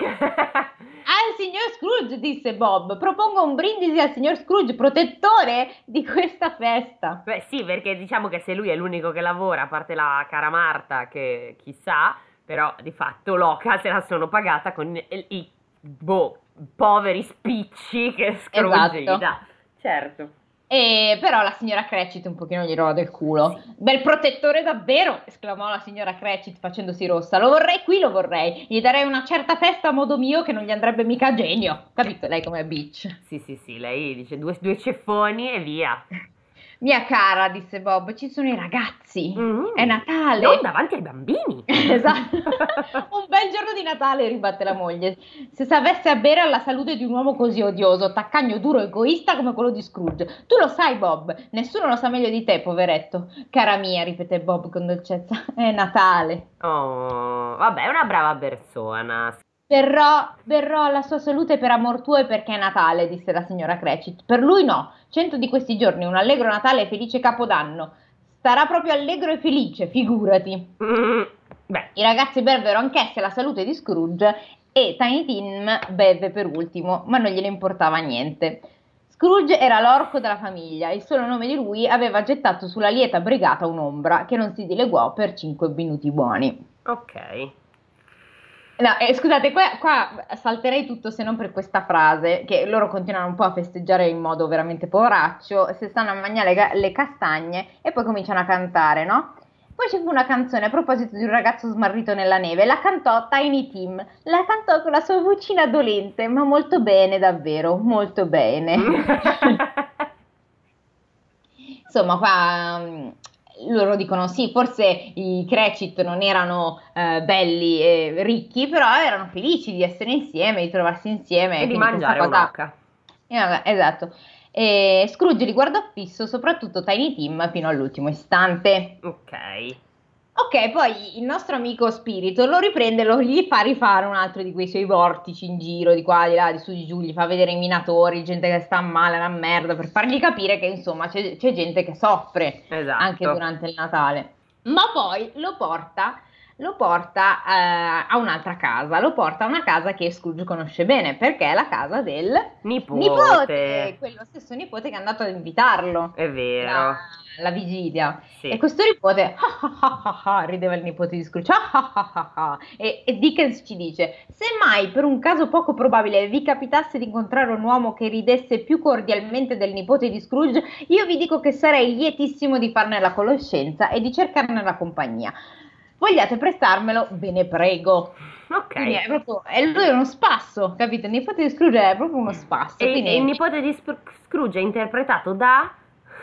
S2: Al signor Scrooge, disse Bob, propongo un brindisi al signor Scrooge, protettore di questa festa.
S1: Beh sì, perché diciamo che se lui è l'unico che lavora, a parte la cara Marta, che chissà, però di fatto Loca se la sono pagata con i, i boh, poveri spicci che Scrooge
S2: Esatto.
S1: gli dà. Certo.
S2: E però la signora Cratchit un pochino gli roda del culo.
S1: Sì.
S2: Bel protettore davvero, esclamò la signora Cratchit facendosi rossa. Lo vorrei qui, lo vorrei. Gli darei una certa festa a modo mio che non gli andrebbe mica a genio. Capito lei com'è bitch?
S1: Sì, sì, sì, lei dice due, due ceffoni e via.
S2: Mia cara, disse Bob, ci sono i ragazzi.
S1: Mm.
S2: È Natale.
S1: Non davanti ai bambini.
S2: Esatto. Un bel giorno di Natale, ribatte la moglie. Se sapesse a bere alla salute di un uomo così odioso, taccagno, duro, egoista come quello di Scrooge. Tu lo sai, Bob, nessuno lo sa meglio di te, poveretto. Cara mia, ripeté Bob con dolcezza, è Natale.
S1: Oh, vabbè, è una brava persona.
S2: Verrò, verrò alla sua salute per amor tuo e perché è Natale, disse la signora Cratchit. Per lui no, cento di questi giorni, un allegro Natale e felice Capodanno. Starà proprio allegro e felice, figurati.
S1: Mm, beh.
S2: I ragazzi bevvero anch'essi alla salute di Scrooge e Tiny Tim beve per ultimo, ma non gliene importava niente. Scrooge era l'orco della famiglia, il solo nome di lui aveva gettato sulla lieta brigata un'ombra che non si dileguò per cinque minuti buoni.
S1: Ok.
S2: No, eh, scusate, qua, qua salterei tutto se non per questa frase, che loro continuano un po' a festeggiare in modo veramente poveraccio, se stanno a mangiare le, le castagne e poi cominciano a cantare, no? Poi ci fu una canzone a proposito di un ragazzo smarrito nella neve, la cantò Tiny Tim, la cantò con la sua vocina dolente, ma molto bene davvero, molto bene. Insomma, qua... Um, loro dicono sì, forse i Cratchit non erano eh, belli e ricchi, però erano felici di essere insieme, di trovarsi insieme.
S1: E di
S2: quindi
S1: mangiare
S2: questa cosa...
S1: un'oca.
S2: Eh, esatto. E Scrooge li guardò fisso, soprattutto Tiny Tim, fino all'ultimo istante.
S1: Ok.
S2: Ok, poi il nostro amico Spirito lo riprende, lo, gli fa rifare un altro di quei suoi vortici in giro, di qua, di là, di su, di giù, gli fa vedere i minatori, gente che sta male, una merda, per fargli capire che insomma c'è, c'è gente che soffre
S1: Esatto.
S2: anche durante il Natale. Ma poi lo porta, lo porta eh, a un'altra casa, lo porta a una casa che Scrooge conosce bene, perché è la casa del
S1: Nipote.
S2: nipote, quello stesso nipote che è andato ad invitarlo.
S1: È vero.
S2: La, la vigilia.
S1: Sì.
S2: E questo nipote, ah, ah, ah, ah, rideva il nipote di Scrooge, ah, ah, ah, ah, ah. E, e Dickens ci dice, se mai per un caso poco probabile vi capitasse di incontrare un uomo che ridesse più cordialmente del nipote di Scrooge, io vi dico che sarei lietissimo di farne la conoscenza e di cercarne la compagnia. Vogliate prestarmelo? Ve ne prego.
S1: Ok.
S2: Quindi è proprio, e lui è uno spasso, capite? Il nipote di Scrooge è proprio uno spasso.
S1: E,
S2: quindi...
S1: e il nipote di Sp- Scrooge è interpretato da...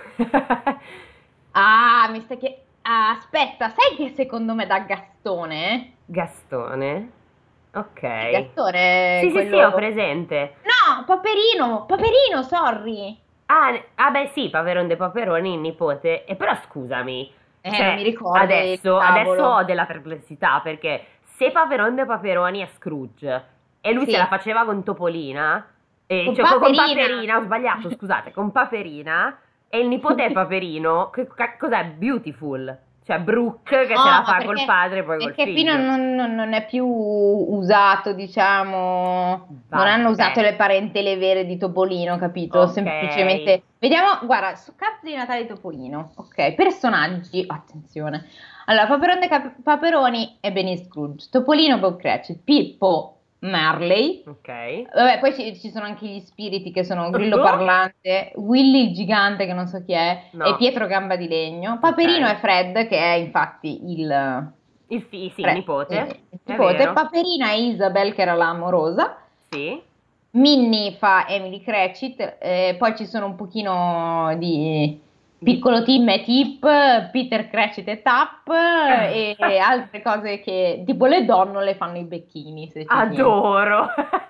S2: Ah, mi stai chiedendo... Ah, aspetta, sai che secondo me da Gastone?
S1: Gastone. Ok.
S2: Gastone,
S1: Sì,
S2: quello...
S1: sì, sì, ho presente.
S2: No, Paperino, Paperino, sorry.
S1: Ah, ne- ah, beh sì, Paperon de Paperoni, il nipote. E però scusami,
S2: Eh,
S1: cioè,
S2: non mi ricordo
S1: adesso,
S2: il tavolo.
S1: adesso ho della perplessità, perché se Paperon de Paperoni è Scrooge e lui
S2: Sì.
S1: se la faceva con Topolina, e
S2: Con
S1: cioè, con- con
S2: Paperina.
S1: Paperina, ho sbagliato, scusate, con Paperina, E il nipote è Paperino, che ca- cos'è? Beautiful. Cioè Brooke che
S2: No,
S1: se la
S2: ma
S1: fa col
S2: perché,
S1: padre e poi col
S2: perché Pino
S1: figlio.
S2: non, non- non è più usato, diciamo, non hanno usato
S1: Vabbè,
S2: le parentele vere di Topolino, capito?
S1: ok.
S2: Semplicemente, vediamo, guarda, su carta di Natale di Topolino, ok, personaggi, attenzione. Allora, Paperon de Cap- Paperoni e Benny Scrooge, Topolino, Bob Cratchit, Pippo, Marley.
S1: Ok.
S2: Vabbè, poi ci, ci sono anche gli spiriti che sono Grillo Parlante, Willy il gigante che non so chi è, e
S1: No,
S2: Pietro Gamba di Legno. Paperino
S1: ok.
S2: è Fred che è infatti il,
S1: Il fi- sì, il
S2: Fred, il-
S1: nipote,
S2: il
S1: è
S2: nipote.
S1: vero.
S2: Paperina è Isabel che era l'amorosa.
S1: Sì.
S2: Minnie fa Emily Cratchit, eh, poi ci sono un pochino di
S1: Di...
S2: Piccolo Tim e Tip, Peter Cratchit e Tap e, e altre cose che tipo le donnole fanno i becchini se ci tieni.
S1: Adoro.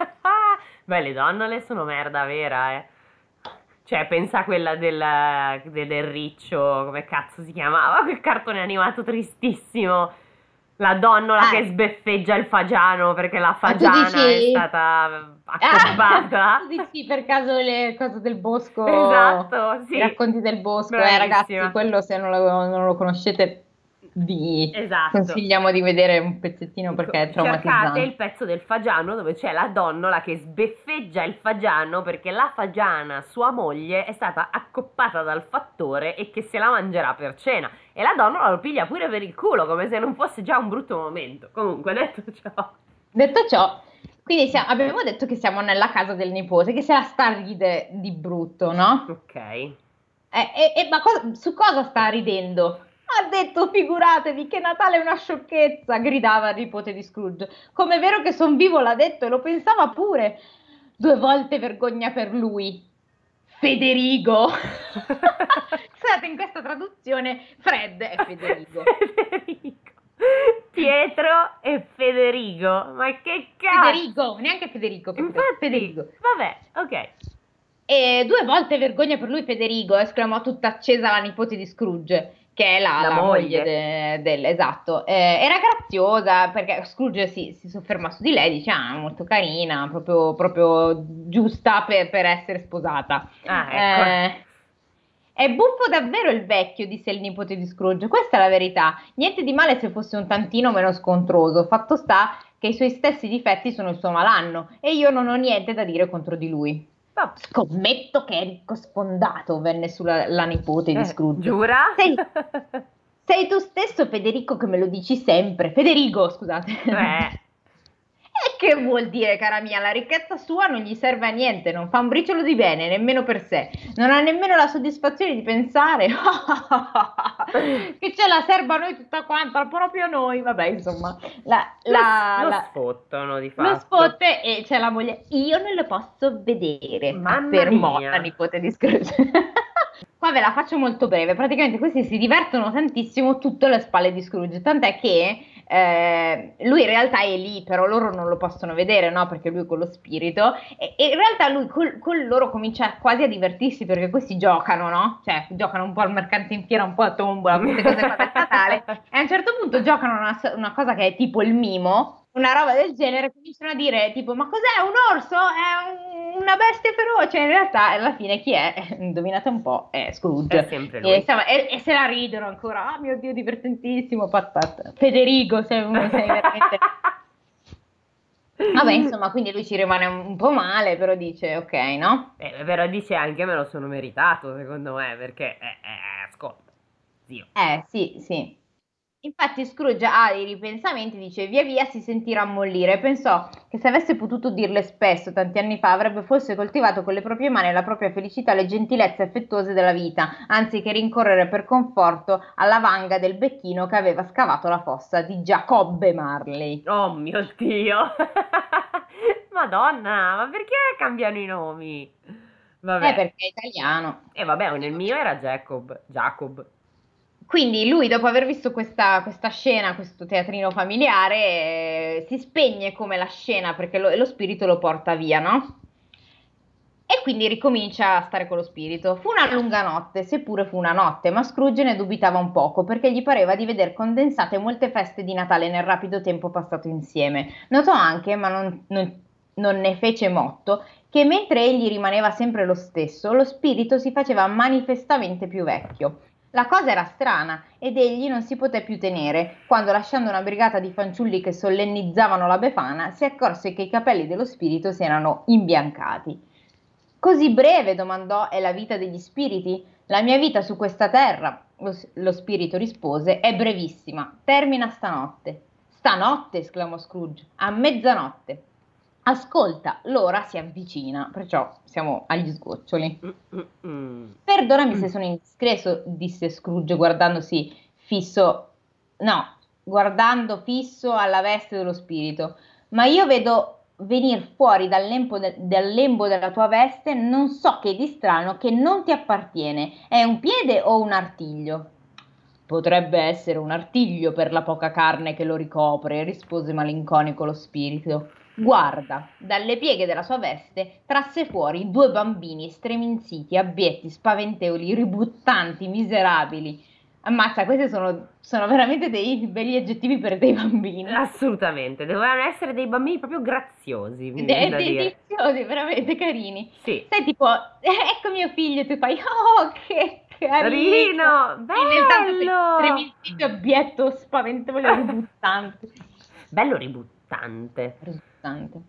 S1: Beh, le donnole sono merda vera, eh. Cioè, pensa a quella del, del, del riccio, come cazzo si chiamava? Quel cartone animato tristissimo. La donnola
S2: Ah,
S1: che sbeffeggia il fagiano perché la
S2: ma tu
S1: fagiana è
S2: dici,
S1: stata
S2: ah,
S1: accoppata.
S2: tu dici per caso le cose del bosco,
S1: Esatto,
S2: i
S1: sì.
S2: racconti del bosco, eh ragazzi,
S1: Bravissima.
S2: quello se non lo, non lo conoscete vi
S1: Esatto.
S2: consigliamo di vedere un pezzettino perché è
S1: Ecco, cercate il
S2: traumatizzante.
S1: pezzo del fagiano dove c'è la donnola che sbeffeggia il fagiano perché la fagiana, sua moglie, è stata accoppata dal fattore e che se la mangerà per cena. E la donnola lo piglia pure per il culo, come se non fosse già un brutto momento. Comunque, detto ciò.
S2: Detto ciò, quindi sia- abbiamo detto che siamo nella casa del nipote che se la sta a ridere di brutto, no?
S1: Ok.
S2: Eh, e- e- ma cosa- su cosa sta ridendo? Ha detto, figuratevi che Natale è una sciocchezza, gridava il nipote di Scrooge. Come è vero che son vivo, l'ha detto e lo pensava pure. Due volte vergogna per lui. Federigo. Scusate, in questa traduzione Fred è Federigo.
S1: Federico. Pietro e Federico. Ma che cazzo?
S2: Federigo, neanche Federico, proprio
S1: Infatti,
S2: Federigo.
S1: vabbè, ok.
S2: E due volte vergogna per lui Federigo, esclamò tutta accesa la nipote di Scrooge, che è la,
S1: La
S2: la moglie
S1: moglie.
S2: de- del, esatto. Eh, era graziosa perché Scrooge si, si sofferma su di lei, dice, ah, molto carina, proprio, proprio giusta per, per essere sposata.
S1: Ah, ecco.
S2: Eh, è buffo davvero il vecchio, disse il nipote di Scrooge, questa è la verità. Niente di male se fosse un tantino meno scontroso, fatto sta che i suoi stessi difetti sono il suo malanno e io non ho niente da dire contro di lui.
S1: Oh,
S2: Scommetto che è ricco sfondato, venne sulla la nipote di
S1: eh,
S2: Scrooge.
S1: giura?
S2: Sei, sei tu stesso, Federico, che me lo dici sempre. Federico, scusate.
S1: Eh,
S2: E che vuol dire, cara mia? La ricchezza sua non gli serve a niente, non fa un briciolo di bene, nemmeno per sé. Non ha nemmeno la soddisfazione di pensare che ce la serva a noi tutta quanta, proprio a noi. Vabbè, insomma, la,
S1: lo,
S2: la,
S1: lo
S2: la-
S1: sfottono di
S2: lo
S1: fatto.
S2: spot e c'è la moglie. Io non lo posso vedere,
S1: Mamma
S2: affermò la
S1: mia.
S2: nipote di Scrooge. Qua ve la faccio molto breve. Praticamente questi si divertono tantissimo tutte alle spalle di Scrooge, tant'è che eh, lui in realtà è lì, però loro non lo possono vedere, no? Perché lui con lo spirito. E, e in realtà lui col- con loro comincia quasi a divertirsi perché questi giocano, no? Cioè, giocano un po' al mercante in fiera, un po' a tombola, queste cose qua del Natale. E a un certo punto giocano una, so- una cosa che è tipo il mimo. Una roba del genere, cominciano a dire tipo: Ma cos'è un orso? È un- una bestia feroce. In realtà, alla fine, chi è? Indovinate un po', è
S1: È
S2: Scrooge.
S1: sempre
S2: E,
S1: lui.
S2: insomma, e- e se la ridono ancora. Ah, mio Dio, divertentissimo. Pat, pat. Federico, sei, un- sei veramente. Vabbè, insomma, quindi lui ci rimane un, un po' male, però dice: Ok, no?
S1: Eh, però dice anche me lo sono meritato, secondo me, perché, eh, eh, ascolta, zio.
S2: Eh, sì, sì. Infatti Scrooge ha dei ripensamenti, dice via via si sentirà ammollire. Pensò che se avesse potuto dirle spesso, tanti anni fa, avrebbe forse coltivato con le proprie mani la propria felicità e le gentilezze affettuose della vita, anziché rincorrere per conforto alla vanga del becchino che aveva scavato la fossa di Giacobbe Marley.
S1: Oh mio Dio! Madonna, ma perché cambiano i nomi?
S2: Eh,
S1: Vabbè.
S2: perché è italiano.
S1: E vabbè, nel mio era Jacob. Jacob.
S2: Quindi lui, dopo aver visto questa, questa scena, questo teatrino familiare, eh, si spegne come la scena perché lo, lo spirito lo porta via, no? E quindi ricomincia a stare con lo spirito. Fu una lunga notte, seppure fu una notte, ma Scrooge ne dubitava un poco perché gli pareva di veder condensate molte feste di Natale nel rapido tempo passato insieme. Notò anche, ma non, non non ne fece motto che mentre egli rimaneva sempre lo stesso, lo spirito si faceva manifestamente più vecchio. La cosa era strana ed egli non si poté più tenere, quando lasciando una brigata di fanciulli che solennizzavano la Befana, si accorse che i capelli dello spirito si erano imbiancati. Così breve, domandò, è la vita degli spiriti? La mia vita su questa terra, lo, lo spirito rispose, è brevissima, termina stanotte. Stanotte, esclamò Scrooge, a mezzanotte. Ascolta, l'ora si avvicina, perciò siamo agli sgoccioli.
S1: Mm-mm.
S2: Perdonami se sono indiscreto, disse Scrooge guardandosi fisso, no, guardando fisso alla veste dello spirito, ma io vedo venir fuori dal lembo, de- dal lembo della tua veste non so che di strano che non ti appartiene. È un piede o un artiglio? Potrebbe essere un artiglio per la poca carne che lo ricopre, rispose malinconico lo spirito. Guarda, dalle pieghe della sua veste trasse fuori due bambini streminziti, abbietti, spaventevoli, ributtanti, miserabili. Ammazza, questi sono, sono veramente dei belli aggettivi per dei bambini.
S1: Assolutamente, dovevano essere dei bambini proprio graziosi, mi viene
S2: De-
S1: da dire.
S2: deliziosi, veramente carini.
S1: Sì.
S2: Sai, tipo, "Eh, ecco mio figlio", e tu fai, oh, che carino.
S1: Carino,
S2: E nel tanto sei
S1: bello!
S2: tremendito, abbietto, spaventevole, ributtante.
S1: Bello ributtante.
S2: Ributtante.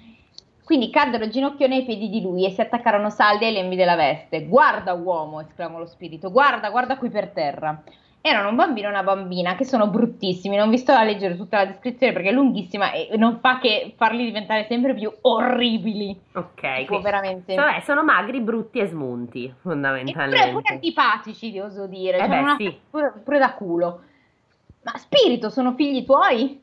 S2: Quindi caddero ginocchio nei piedi di lui e si attaccarono saldi ai lembi della veste. Guarda, uomo, esclamò lo spirito, guarda, guarda qui per terra. Erano un bambino e una bambina che sono bruttissimi. Non vi sto a leggere tutta la descrizione perché è lunghissima e non fa che farli diventare sempre più orribili.
S1: Ok,
S2: Tipo,
S1: quindi
S2: veramente.
S1: sono, eh, sono magri, brutti e smunti,
S2: E pure, pure
S1: fondamentalmente.
S2: antipatici, ti oso dire.
S1: Eh
S2: Cioè,
S1: beh,
S2: una
S1: sì.
S2: pure, pure da culo. Ma spirito, sono figli tuoi?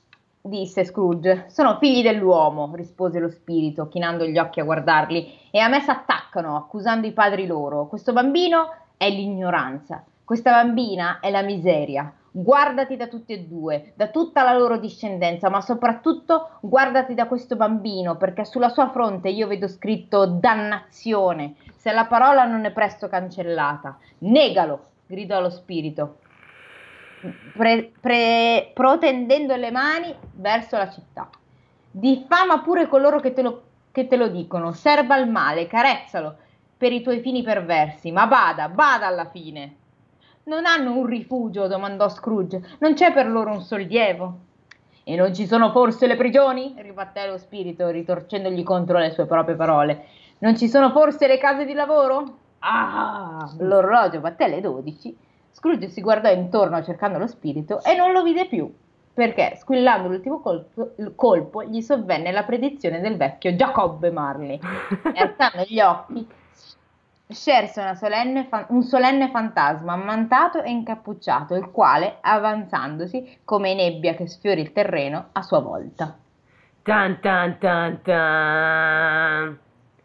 S2: Disse Scrooge. Sono figli dell'uomo, rispose lo spirito, chinando gli occhi a guardarli, e a me s'attaccano, accusando i padri loro. Questo bambino è l'ignoranza, questa bambina è la miseria. Guardati da tutti e due, da tutta la loro discendenza, ma soprattutto guardati da questo bambino, perché sulla sua fronte io vedo scritto dannazione, se la parola non è presto cancellata. Negalo, gridò lo spirito, pre- pre- protendendo le mani verso la città. Diffama pure coloro che te lo, che te lo dicono, serba il male, carezzalo per i tuoi fini perversi, ma bada, bada alla fine. Non hanno un rifugio? Domandò Scrooge. Non c'è per loro un sollievo? E non ci sono forse le prigioni? Ribatté lo spirito, ritorcendogli contro le sue proprie parole. Non ci sono forse le case di lavoro? Ah, l'orologio batté le dodici. Scrooge si guardò intorno cercando lo spirito e non lo vide più, perché squillando l'ultimo colpo, il colpo gli sovvenne la predizione del vecchio Giacobbe Marley. E alzando gli occhi, scerse una solenne fan- un solenne fantasma ammantato e incappucciato, il quale, avanzandosi come nebbia che sfiora il terreno, a sua volta.
S1: Tan tan tan tan.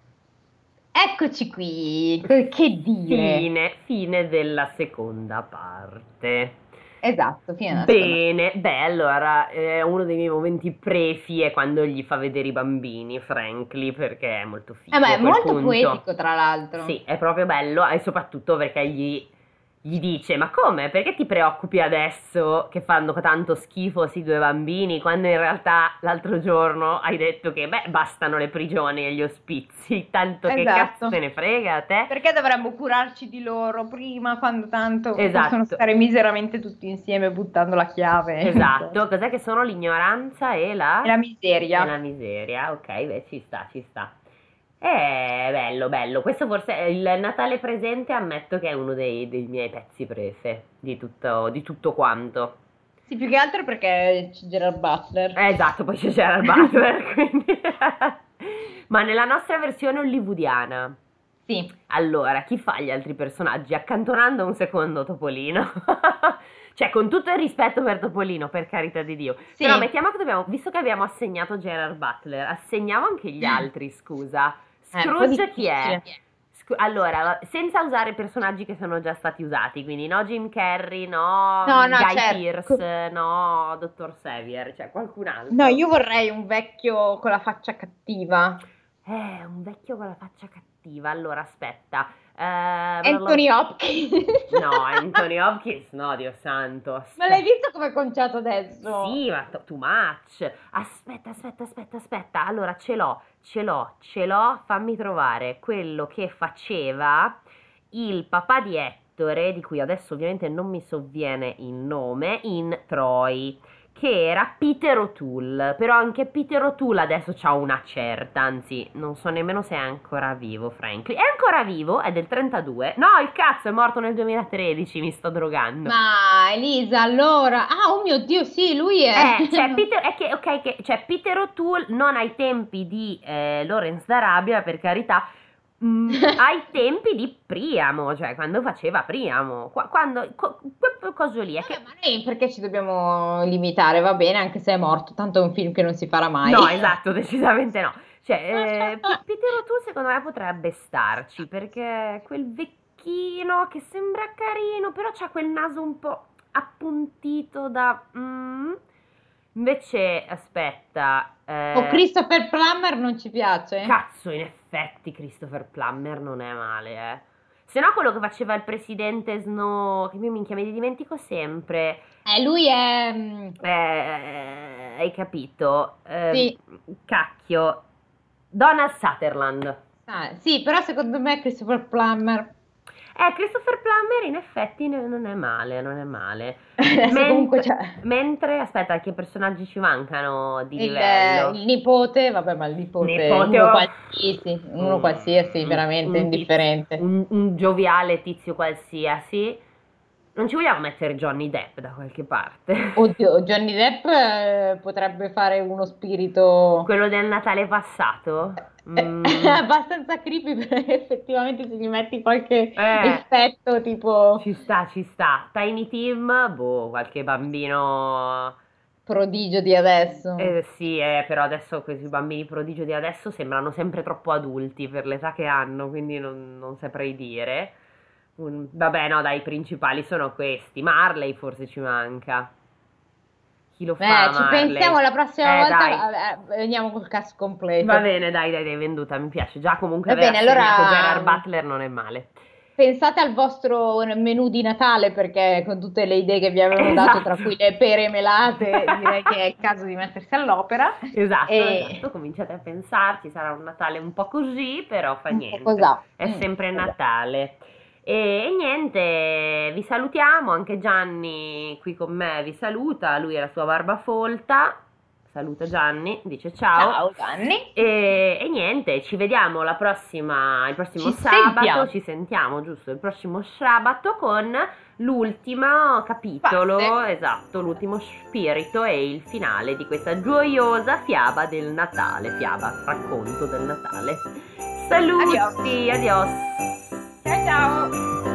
S2: Eccoci qui, che dire?
S1: Fine, fine della seconda parte.
S2: Esatto, fine della seconda.
S1: Bene, beh, allora, eh, uno dei miei momenti prefi è quando gli fa vedere i bambini, frankly, perché è molto figo
S2: Eh beh,
S1: a
S2: è
S1: quel
S2: molto
S1: punto.
S2: poetico, tra l'altro.
S1: Sì, è proprio bello e soprattutto perché gli, gli dice: ma come? Perché ti preoccupi adesso che fanno tanto schifo questi due bambini quando in realtà l'altro giorno hai detto che, beh, bastano le prigioni e gli ospizi, tanto che
S2: Esatto.
S1: cazzo te ne frega a te?
S2: Perché dovremmo curarci di loro prima, quando tanto
S1: Esatto.
S2: possono stare miseramente tutti insieme buttando la chiave?
S1: Esatto, cos'è che sono l'ignoranza e la...
S2: E la miseria.
S1: E la miseria, ok, beh, ci sta, ci sta. È bello, bello. Questo forse è il Natale presente, ammetto che è uno dei, dei miei pezzi prefe di tutto, di tutto quanto.
S2: Sì, più che altro perché c'è Gerard Butler.
S1: Eh, esatto, poi c'è Gerard Butler, quindi... Ma nella nostra versione hollywoodiana,
S2: Sì.
S1: allora, chi fa gli altri personaggi? Accantonando un secondo Topolino. Cioè, con tutto il rispetto per Topolino, per carità di Dio.
S2: Sì.
S1: Però mettiamo che dobbiamo, visto che abbiamo assegnato Gerard Butler, assegniamo anche gli altri, scusa.
S2: Eh, un po'
S1: Scrooge chi è?
S2: difficile.
S1: Scu- allora, senza usare personaggi che sono già stati usati, quindi no Jim Carrey, no,
S2: No, no,
S1: Guy
S2: certo.
S1: Pearce, no dottor Sevier, cioè qualcun altro.
S2: No, io vorrei un vecchio con la faccia cattiva.
S1: Eh, un vecchio con la faccia cattiva. Allora, aspetta. Eh,
S2: Anthony Hopkins.
S1: No, Anthony Hopkins, no, Dio santo. Aspetta.
S2: Ma l'hai visto come è conciato adesso?
S1: Sì, ma too much. Aspetta, aspetta, aspetta, aspetta. Allora, ce l'ho, ce l'ho, ce l'ho. Fammi trovare quello che faceva il papà di Ettore, di cui adesso ovviamente non mi sovviene il nome, in Troy, che era Peter O'Toole. Però anche Peter O'Toole adesso c'ha una certa, anzi non so nemmeno se è ancora vivo, frankly. È ancora vivo, è del trentadue. No, il cazzo, è morto nel duemilatredici, mi sto drogando.
S2: Ma Elisa, allora... Ah, oh mio Dio, sì, lui è...
S1: Eh, cioè Peter, è che, ok, che, cioè Peter O'Toole non ai tempi di eh, Lawrence d'Arabia, per carità, mm, ai tempi di Priamo, cioè quando faceva Priamo, qua- quando, co- quel coso lì è che...
S2: Vabbè, ma noi perché ci dobbiamo limitare? Va bene, anche se è morto, tanto è un film che non si farà mai.
S1: No, esatto, decisamente no. Cioè, eh, P- Peter O'Toole secondo me potrebbe starci, perché quel vecchino che sembra carino, però c'ha quel naso un po' appuntito da... mm. Invece, aspetta... eh,
S2: O Christopher Plummer non ci piace?
S1: Cazzo, in effetti Christopher Plummer non è male, eh. Se no quello che faceva il presidente Snow, che io minchia me li dimentico sempre.
S2: Eh, lui è... mm,
S1: Eh, hai capito? Eh,
S2: Sì.
S1: Cacchio. Donald Sutherland.
S2: ah, sì, però secondo me Christopher Plummer...
S1: Eh, Christopher Plummer in effetti ne- non è male, non è male.
S2: Adesso comunque c'è...
S1: mentre, aspetta, che personaggi ci mancano di
S2: Il,
S1: livello?
S2: il nipote, vabbè, ma il nipote,
S1: Nipote,
S2: uno
S1: oh.
S2: qualsiasi, uno
S1: Mm,
S2: qualsiasi,
S1: un-
S2: veramente
S1: un
S2: indifferente.
S1: tizio- un, un gioviale tizio qualsiasi. Non ci vogliamo mettere Johnny Depp da qualche parte?
S2: Oddio, Johnny Depp eh, potrebbe fare uno spirito
S1: Quello del Natale passato? Mm,
S2: abbastanza creepy, perché effettivamente se gli metti qualche
S1: Eh.
S2: effetto tipo
S1: ci sta, ci sta. Tiny Tim, boh, qualche bambino...
S2: prodigio di adesso.
S1: Eh, sì, eh, però adesso questi bambini prodigio di adesso sembrano sempre troppo adulti per l'età che hanno, quindi non, non saprei dire. Un- vabbè, no, dai, i principali sono questi. Marley forse ci manca. Chi lo
S2: Eh,
S1: fa,
S2: ci
S1: Marley?
S2: pensiamo la prossima
S1: Eh,
S2: volta,
S1: dai.
S2: vabbè, veniamo col cast completo.
S1: Va bene, dai, dai, dai, venduta, mi piace. Già comunque
S2: Va
S1: aver
S2: bene, allora-
S1: assegnato Gerard Butler non è male.
S2: Pensate al vostro menù di Natale, perché con tutte le idee che vi avevano dato,
S1: Esatto.
S2: tra cui le pere melate, direi che è il caso di mettersi all'opera.
S1: Esatto,
S2: E-
S1: esatto, cominciate a pensarci, sarà un Natale un po' così, però fa
S2: Un po'
S1: niente.
S2: cosà.
S1: È
S2: Mm,
S1: sempre
S2: cosà.
S1: Natale. E, e niente, vi salutiamo, anche Gianni qui con me vi saluta, lui è la sua barba folta. Saluta Gianni, dice ciao.
S2: Ciao Gianni.
S1: E, e niente, ci vediamo la prossima, il prossimo
S2: Ci
S1: sabato,
S2: sentiamo.
S1: ci sentiamo, giusto, il prossimo sabato con l'ultimo capitolo,
S2: Parte.
S1: esatto, l'ultimo spirito e il finale di questa gioiosa fiaba del Natale, fiaba, racconto del Natale. Saluti, adios.
S2: Ciao ciao.